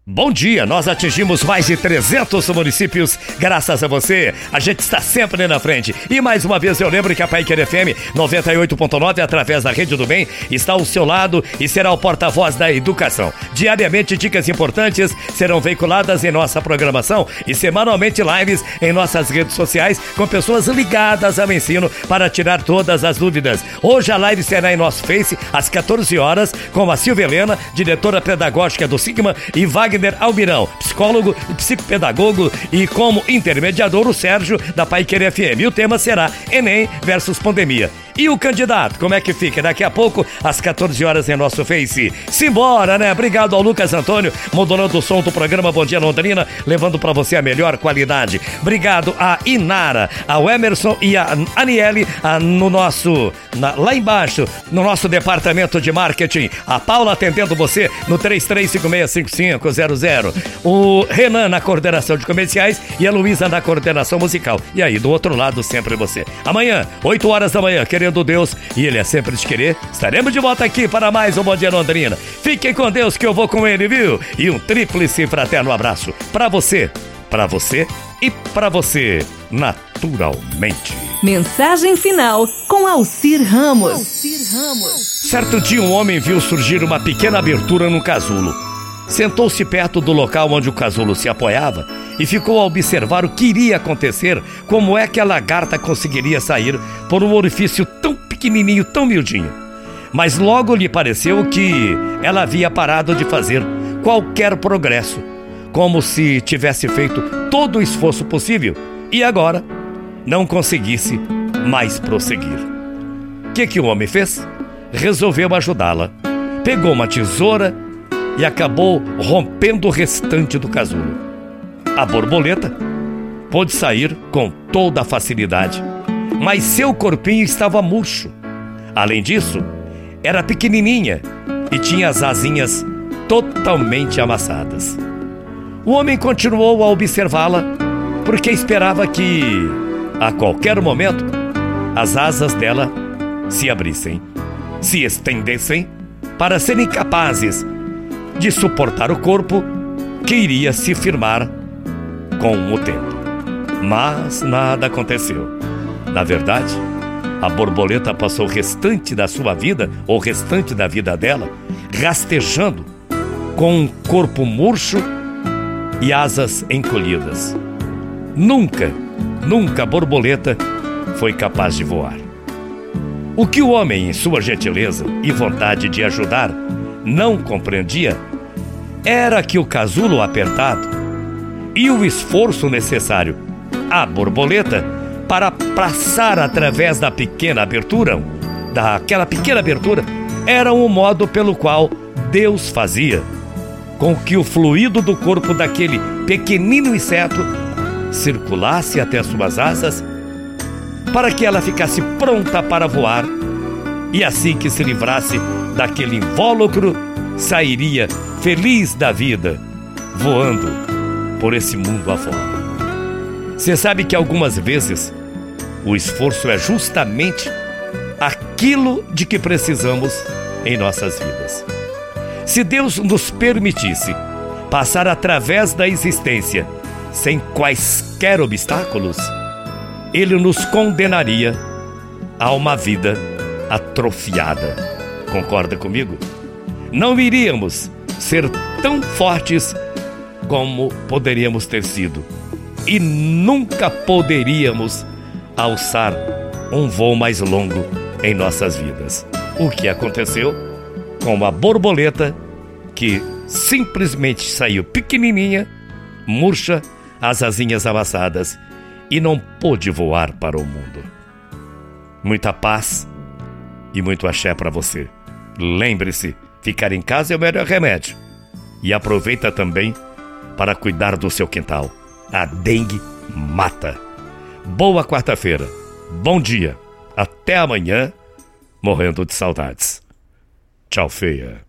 Bom dia, nós atingimos mais de 300 municípios graças a você. A gente está sempre na frente. E mais uma vez eu lembro que a Paiquerê FM 98.9, através da Rede do Bem, está ao seu lado e será o porta-voz da educação. Diariamente, dicas importantes serão veiculadas em nossa programação e semanalmente lives em nossas redes sociais com pessoas ligadas ao ensino para tirar todas as dúvidas. Hoje a live será em nosso Face às 14 horas com a Silvia Helena, diretora pedagógica do Sigma, e Wagner Almirão, psicólogo e psicopedagogo, e como intermediador o Sérgio da Paiquerê FM. E o tema será Enem versus pandemia. E o candidato, como é que fica? Daqui a pouco, às 14 horas em nosso Face. Simbora, né? Obrigado ao Lucas Antônio, modulando o som do programa Bom Dia Londrina, levando pra você a melhor qualidade. Obrigado a Inara, ao Emerson e a Aniele, lá embaixo, no nosso departamento de marketing. A Paula atendendo você no 33565500. O Renan na coordenação de comerciais e a Luísa na coordenação musical. E aí, do outro lado, sempre você. Amanhã, 8 horas da manhã, querendo Deus, e Ele é sempre de querer, estaremos de volta aqui para mais um Bom Dia Londrina. Fiquem com Deus que eu vou com Ele, viu? E um tríplice fraterno abraço para você e para você, naturalmente. Mensagem final com Alcir Ramos. Certo dia um homem viu surgir uma pequena abertura no casulo. Sentou-se perto do local onde o casulo se apoiava e ficou a observar o que iria acontecer, como é que a lagarta conseguiria sair por um orifício tão pequenininho, tão miudinho. Mas logo lhe pareceu que ela havia parado de fazer qualquer progresso, como se tivesse feito todo o esforço possível e agora não conseguisse mais prosseguir. O que o homem fez? Resolveu ajudá-la. Pegou uma tesoura e acabou rompendo o restante do casulo. A borboleta pôde sair com toda a facilidade, mas seu corpinho estava murcho. Além disso, era pequenininha e tinha as asinhas totalmente amassadas. O homem continuou a observá-la porque esperava que, a qualquer momento, as asas dela se abrissem, se estendessem para serem capazes de suportar o corpo que iria se firmar com o tempo. Mas nada aconteceu. Na verdade, a borboleta passou o restante da sua vida, ou o restante da vida dela, rastejando com um corpo murcho e asas encolhidas. Nunca a borboleta foi capaz de voar. O que o homem, em sua gentileza e vontade de ajudar, não compreendia era que o casulo apertado e o esforço necessário à borboleta para passar através daquela pequena abertura, era um modo pelo qual Deus fazia com que o fluido do corpo daquele pequenino inseto circulasse até suas asas para que ela ficasse pronta para voar, e assim que se livrasse daquele invólucro, sairia feliz da vida, voando por esse mundo afora. Você sabe que algumas vezes o esforço é justamente aquilo de que precisamos em nossas vidas. Se Deus nos permitisse passar através da existência sem quaisquer obstáculos, Ele nos condenaria a uma vida atrofiada. Concorda comigo? Não iríamos ser tão fortes como poderíamos ter sido, e nunca poderíamos alçar um voo mais longo em nossas vidas. O que aconteceu com uma borboleta que simplesmente saiu pequenininha, murcha, as asinhas amassadas, e não pôde voar para o mundo. Muita paz e muito axé para você. Lembre-se, ficar em casa é o melhor remédio. E aproveita também para cuidar do seu quintal. A dengue mata. Boa quarta-feira. Bom dia. Até amanhã, morrendo de saudades. Tchau, feia.